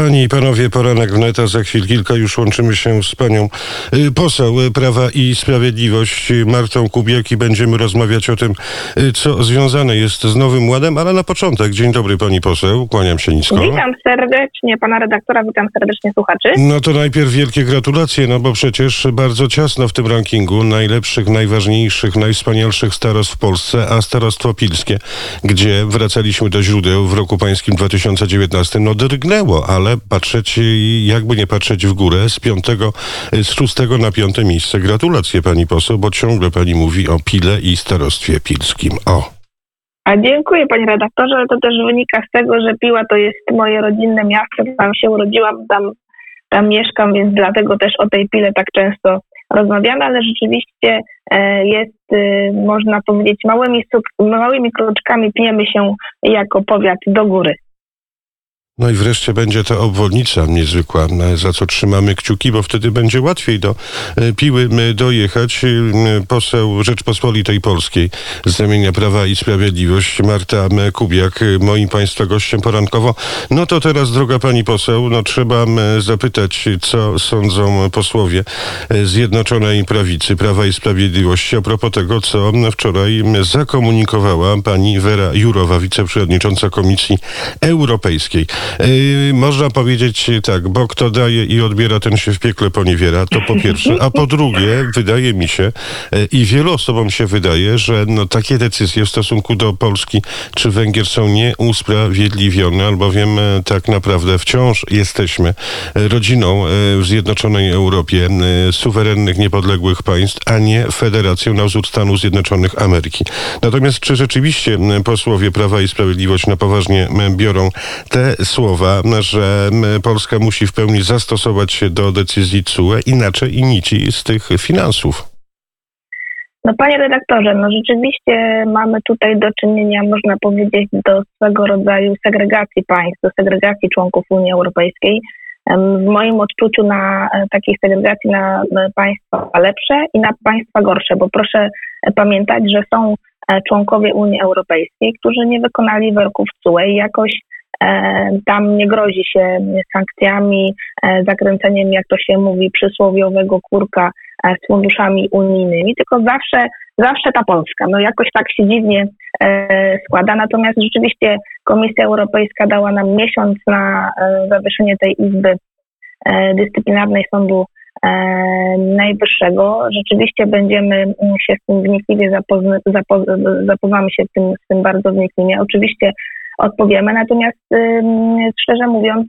Panie i panowie, poranek wnet, a za chwil kilka już łączymy się z panią poseł Prawa i Sprawiedliwość Martą Kubiak i będziemy rozmawiać o tym, co związane jest z Nowym Ładem, ale na początek, dzień dobry pani poseł, kłaniam się nisko. Witam serdecznie pana redaktora, witam serdecznie słuchaczy. No to najpierw wielkie gratulacje, no bo przecież bardzo ciasno w tym rankingu najlepszych, najważniejszych, najwspanialszych starostw w Polsce, a starostwo pilskie, gdzie wracaliśmy do źródeł w roku pańskim 2019, no drgnęło, ale patrzeć, jakby nie patrzeć w górę, z 6 na 5 miejsce. Gratulacje pani poseł, bo ciągle pani mówi o Pile i starostwie pilskim. A dziękuję panie redaktorze, ale to też wynika z tego, że Piła to jest moje rodzinne miasto, tam się urodziłam, tam mieszkam, więc dlatego też o tej Pile tak często rozmawiamy, ale rzeczywiście jest, można powiedzieć, małymi kroczkami pniemy się jako powiat do góry. No i wreszcie będzie ta obwodnica niezwykła, za co trzymamy kciuki, bo wtedy będzie łatwiej do Piły dojechać. Poseł Rzeczpospolitej Polskiej z ramienia Prawa i Sprawiedliwość, Marta Kubiak, moim państwa gościem porankowo. No to teraz, droga pani poseł, no trzeba zapytać, co sądzą posłowie Zjednoczonej Prawicy, Prawa i Sprawiedliwości a propos tego, co wczoraj zakomunikowała pani Vera Jourová, wiceprzewodnicząca Komisji Europejskiej. Można powiedzieć tak, bo kto daje i odbiera, ten się w piekle poniewiera, to po pierwsze. A po drugie, wydaje mi się i wielu osobom się wydaje, że takie decyzje w stosunku do Polski czy Węgier są nieusprawiedliwione, albowiem tak naprawdę wciąż jesteśmy rodziną w Zjednoczonej Europie suwerennych, niepodległych państw, a nie federacją na wzór Stanów Zjednoczonych Ameryki. Natomiast czy rzeczywiście posłowie Prawa i Sprawiedliwość na poważnie biorą te słowa, że Polska musi w pełni zastosować się do decyzji TSUE, inaczej i nici z tych finansów? No panie redaktorze, no rzeczywiście mamy tutaj do czynienia, można powiedzieć, do swego rodzaju segregacji państw, do segregacji członków Unii Europejskiej. W moim odczuciu na takiej segregacji na państwa lepsze i na państwa gorsze, bo proszę pamiętać, że są członkowie Unii Europejskiej, którzy nie wykonali wyroków TSUE i jakoś tam nie grozi się sankcjami, zakręceniem, jak to się mówi, przysłowiowego kurka z funduszami unijnymi, tylko zawsze ta Polska. No jakoś tak się dziwnie składa. Natomiast rzeczywiście Komisja Europejska dała nam miesiąc na zawieszenie tej Izby Dyscyplinarnej Sądu Najwyższego. Rzeczywiście będziemy się z tym wnikliwie zapoznamy się z tym bardzo wnikliwie. Oczywiście odpowiemy, natomiast szczerze mówiąc,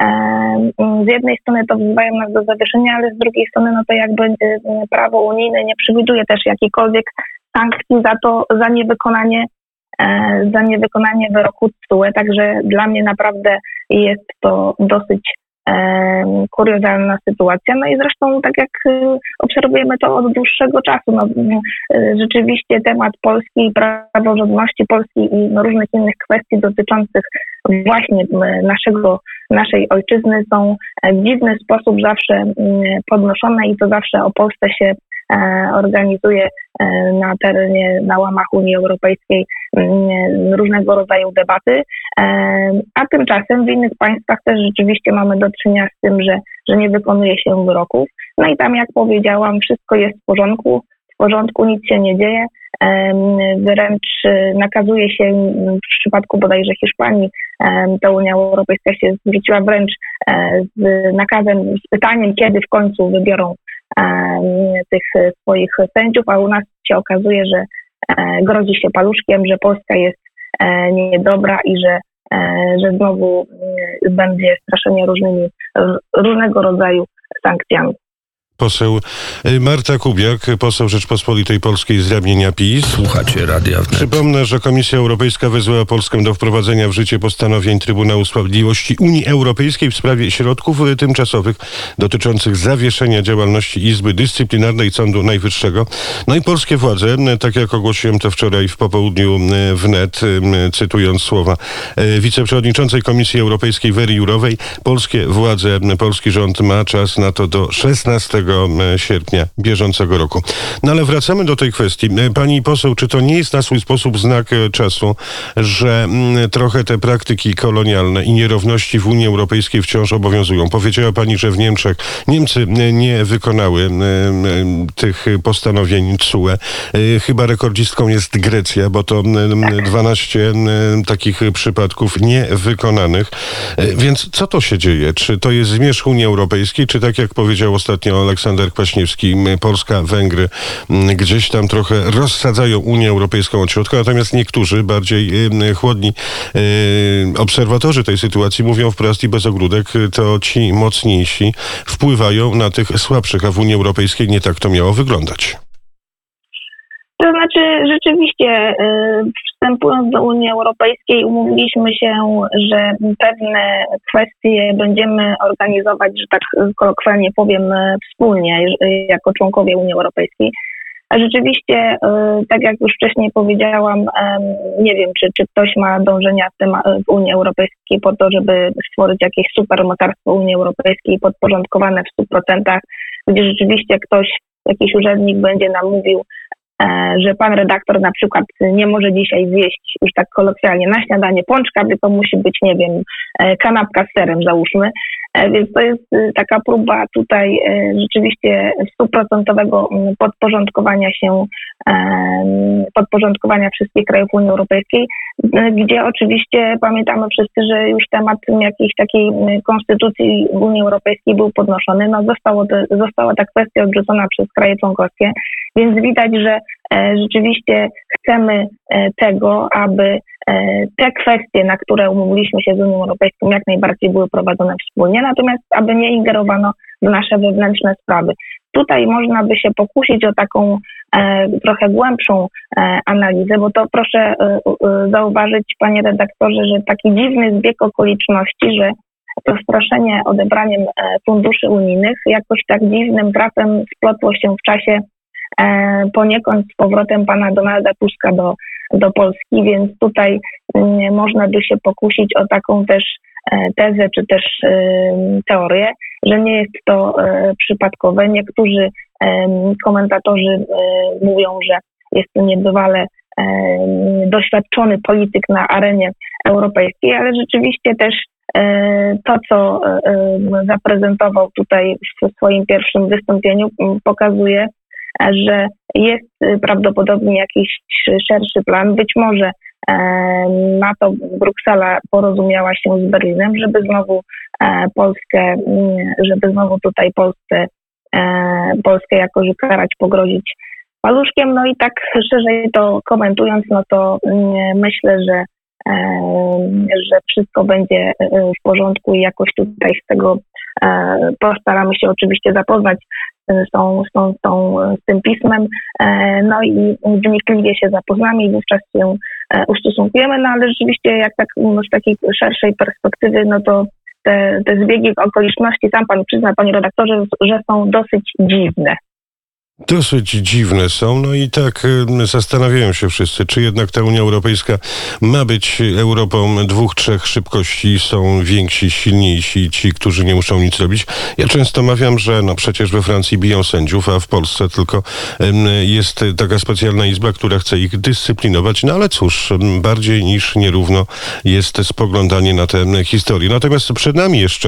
z jednej strony to wzywają nas do zawieszenia, ale z drugiej strony no to jakby prawo unijne nie przewiduje też jakiejkolwiek sankcji za niewykonanie wyroku TSUE, także dla mnie naprawdę jest to dosyć kuriozalna sytuacja. No i zresztą tak jak obserwujemy to od dłuższego czasu, no, rzeczywiście temat Polski, praworządności Polski i różnych innych kwestii dotyczących właśnie naszej ojczyzny są w dziwny sposób zawsze podnoszone i to zawsze o Polsce się organizuje na terenie, na łamach Unii Europejskiej różnego rodzaju debaty, a tymczasem w innych państwach też rzeczywiście mamy do czynienia z tym, że nie wykonuje się wyroków. No i tam, jak powiedziałam, wszystko jest w porządku, nic się nie dzieje, wręcz nakazuje się w przypadku bodajże Hiszpanii, to Unia Europejska się zwróciła wręcz z nakazem, z pytaniem, kiedy w końcu wybiorą tych swoich sędziów, a u nas się okazuje, że grozi się paluszkiem, że Polska jest niedobra i że znowu będzie straszenie różnego rodzaju sankcjami. Poseł Marta Kubiak, poseł Rzeczpospolitej Polskiej z ramienia PiS. Słuchacie Radia Wnet. Przypomnę, że Komisja Europejska wezwała Polskę do wprowadzenia w życie postanowień Trybunału Sprawiedliwości Unii Europejskiej w sprawie środków tymczasowych dotyczących zawieszenia działalności Izby Dyscyplinarnej Sądu Najwyższego. No i polskie władze, tak jak ogłosiłem to wczoraj w popołudniu wnet, cytując słowa wiceprzewodniczącej Komisji Europejskiej Very Jourowej, polskie władze, polski rząd ma czas na to do 16 sierpnia bieżącego roku. No ale wracamy do tej kwestii. Pani poseł, czy to nie jest na swój sposób znak czasu, że trochę te praktyki kolonialne i nierówności w Unii Europejskiej wciąż obowiązują? Powiedziała pani, że w Niemczech Niemcy nie wykonały tych postanowień TSUE. Chyba rekordzistką jest Grecja, bo to 12 takich przypadków niewykonanych. Więc co to się dzieje? Czy to jest zmierzch Unii Europejskiej, czy tak jak powiedział ostatnio Aleksander Kwaśniewski, Polska, Węgry gdzieś tam trochę rozsadzają Unię Europejską od środka, natomiast niektórzy bardziej chłodni obserwatorzy tej sytuacji mówią wprost i bez ogródek, to ci mocniejsi wpływają na tych słabszych, a w Unii Europejskiej nie tak to miało wyglądać. To znaczy, rzeczywiście, wstępując do Unii Europejskiej, umówiliśmy się, że pewne kwestie będziemy organizować, że tak kolokwialnie powiem, wspólnie, jako członkowie Unii Europejskiej. A rzeczywiście, tak jak już wcześniej powiedziałam, nie wiem, czy ktoś ma dążenia w Unii Europejskiej po to, żeby stworzyć jakieś supermocarstwo Unii Europejskiej podporządkowane w 100%, gdzie rzeczywiście ktoś, jakiś urzędnik będzie nam mówił, że pan redaktor na przykład nie może dzisiaj zjeść, już tak kolokwialnie, na śniadanie pączka, tylko musi być, nie wiem, kanapka z serem, załóżmy. Więc to jest taka próba tutaj rzeczywiście 100% podporządkowania wszystkich krajów Unii Europejskiej, gdzie oczywiście pamiętamy wszyscy, że już temat jakiejś takiej konstytucji Unii Europejskiej był podnoszony. No została ta kwestia odrzucona przez kraje członkowskie, więc widać, że rzeczywiście chcemy tego, aby te kwestie, na które umówiliśmy się z Unią Europejską, jak najbardziej były prowadzone wspólnie, natomiast aby nie ingerowano w nasze wewnętrzne sprawy. Tutaj można by się pokusić o taką trochę głębszą analizę, bo to proszę zauważyć, panie redaktorze, że taki dziwny zbieg okoliczności, że to straszenie odebraniem funduszy unijnych jakoś tak dziwnym trafem splotło się w czasie poniekąd z powrotem pana Donalda Tuska do Polski, więc tutaj można by się pokusić o taką też tezę, czy też teorię, że nie jest to przypadkowe. Niektórzy komentatorzy mówią, że jest to niebywale doświadczony polityk na arenie europejskiej, ale rzeczywiście też to, co zaprezentował tutaj w swoim pierwszym wystąpieniu, pokazuje, że jest prawdopodobnie jakiś szerszy plan. Być może na to Bruksela porozumiała się z Berlinem, żeby znowu tutaj Polskę jako karać, pogrozić paluszkiem. No i tak szerzej to komentując, no to myślę, że wszystko będzie w porządku i jakoś tutaj z tego postaramy się oczywiście zapoznać z tym pismem, no i wnikliwie się zapoznamy i wówczas się ustosunkujemy, no ale rzeczywiście jak tak z takiej szerszej perspektywy, no to te zbiegi okoliczności, sam pan przyzna, panie redaktorze, że są dosyć dziwne. Dosyć dziwne są, no i tak zastanawiają się wszyscy, czy jednak ta Unia Europejska ma być Europą 2-3 szybkości, są więksi, silniejsi ci, którzy nie muszą nic robić. Ja często mawiam, że no przecież we Francji biją sędziów, a w Polsce tylko jest taka specjalna izba, która chce ich dyscyplinować, no ale cóż, bardziej niż nierówno jest spoglądanie na tę historię. Natomiast przed nami jeszcze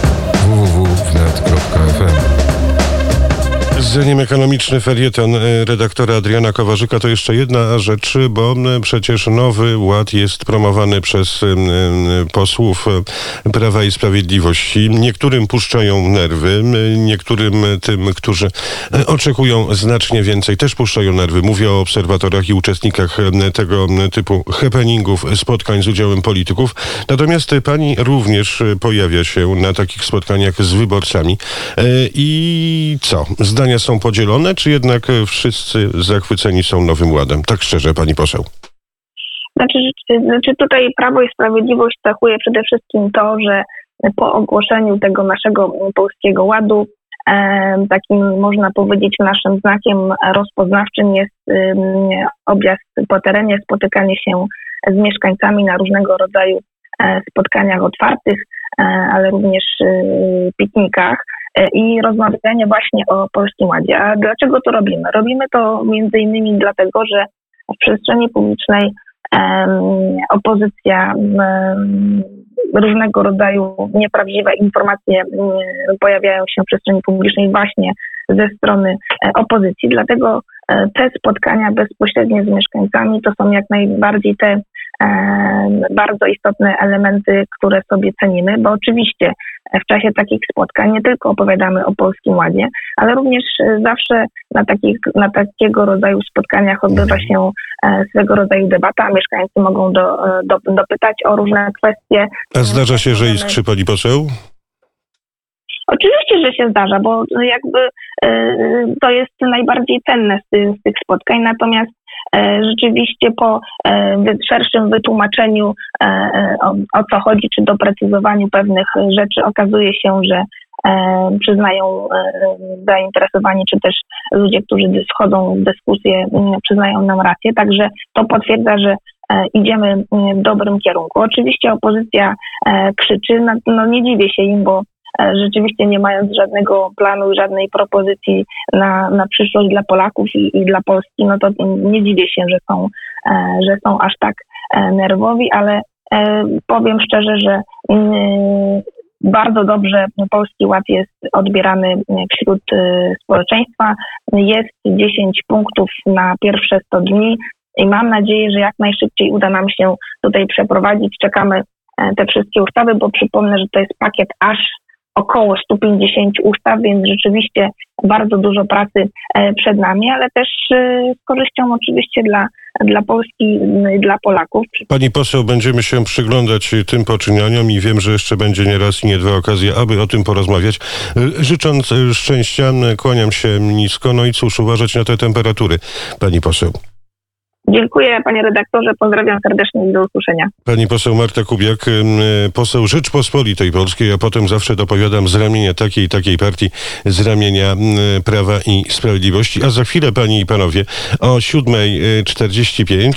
www.wnet.fm. Zdaniem ekonomiczny felieton redaktora Adriana Kowarzyka to jeszcze jedna rzecz, bo przecież Nowy Ład jest promowany przez posłów Prawa i Sprawiedliwości. Niektórym puszczają nerwy, niektórym tym, którzy oczekują znacznie więcej, też puszczają nerwy. Mówię o obserwatorach i uczestnikach tego typu happeningów, spotkań z udziałem polityków. Natomiast pani również pojawia się na takich spotkaniach z wyborcami. I co? Zdania są podzielone, czy jednak wszyscy zachwyceni są Nowym Ładem? Tak szczerze, pani poseł. Znaczy tutaj Prawo i Sprawiedliwość cechuje przede wszystkim to, że po ogłoszeniu tego naszego Polskiego Ładu takim, można powiedzieć, naszym znakiem rozpoznawczym jest objazd po terenie, spotykanie się z mieszkańcami na różnego rodzaju spotkaniach otwartych, ale również piknikach i rozmawianie właśnie o Polskim Ładzie. A dlaczego to robimy? Robimy to między innymi dlatego, że w przestrzeni publicznej opozycja, różnego rodzaju nieprawdziwe informacje pojawiają się w przestrzeni publicznej właśnie ze strony opozycji. Dlatego te spotkania bezpośrednie z mieszkańcami to są jak najbardziej te bardzo istotne elementy, które sobie cenimy, bo oczywiście w czasie takich spotkań nie tylko opowiadamy o Polskim Ładzie, ale również zawsze na takiego rodzaju spotkaniach odbywa się swego rodzaju debata, a mieszkańcy mogą dopytać o różne kwestie. A zdarza się, że iskrzy, pani poseł? Oczywiście, że się zdarza, bo jakby to jest najbardziej cenne z tych spotkań, natomiast rzeczywiście po szerszym wytłumaczeniu o co chodzi, czy doprecyzowaniu pewnych rzeczy okazuje się, że przyznają zainteresowani, czy też ludzie, którzy wchodzą w dyskusję, przyznają nam rację. Także to potwierdza, że idziemy w dobrym kierunku. Oczywiście opozycja krzyczy, no nie dziwię się im, bo rzeczywiście nie mając żadnego planu, żadnej propozycji na przyszłość dla Polaków i dla Polski, no to nie dziwię się, że są aż tak nerwowi, ale powiem szczerze, że bardzo dobrze Polski Ład jest odbierany wśród społeczeństwa. Jest 10 punktów na pierwsze 100 dni i mam nadzieję, że jak najszybciej uda nam się tutaj przeprowadzić. Czekamy te wszystkie ustawy, bo przypomnę, że to jest pakiet aż około 150 ustaw, więc rzeczywiście bardzo dużo pracy przed nami, ale też z korzyścią oczywiście dla Polski, dla Polaków. Pani poseł, będziemy się przyglądać tym poczynaniom i wiem, że jeszcze będzie nie raz i nie dwa okazje, aby o tym porozmawiać. Życząc szczęścia, kłaniam się nisko, no i cóż, uważać na te temperatury, pani poseł. Dziękuję, panie redaktorze, pozdrawiam serdecznie i do usłyszenia. Pani poseł Marta Kubiak, poseł Rzeczpospolitej Polskiej, a potem zawsze dopowiadam z ramienia takiej i takiej partii, z ramienia Prawa i Sprawiedliwości. A za chwilę, panie i panowie, o 7:45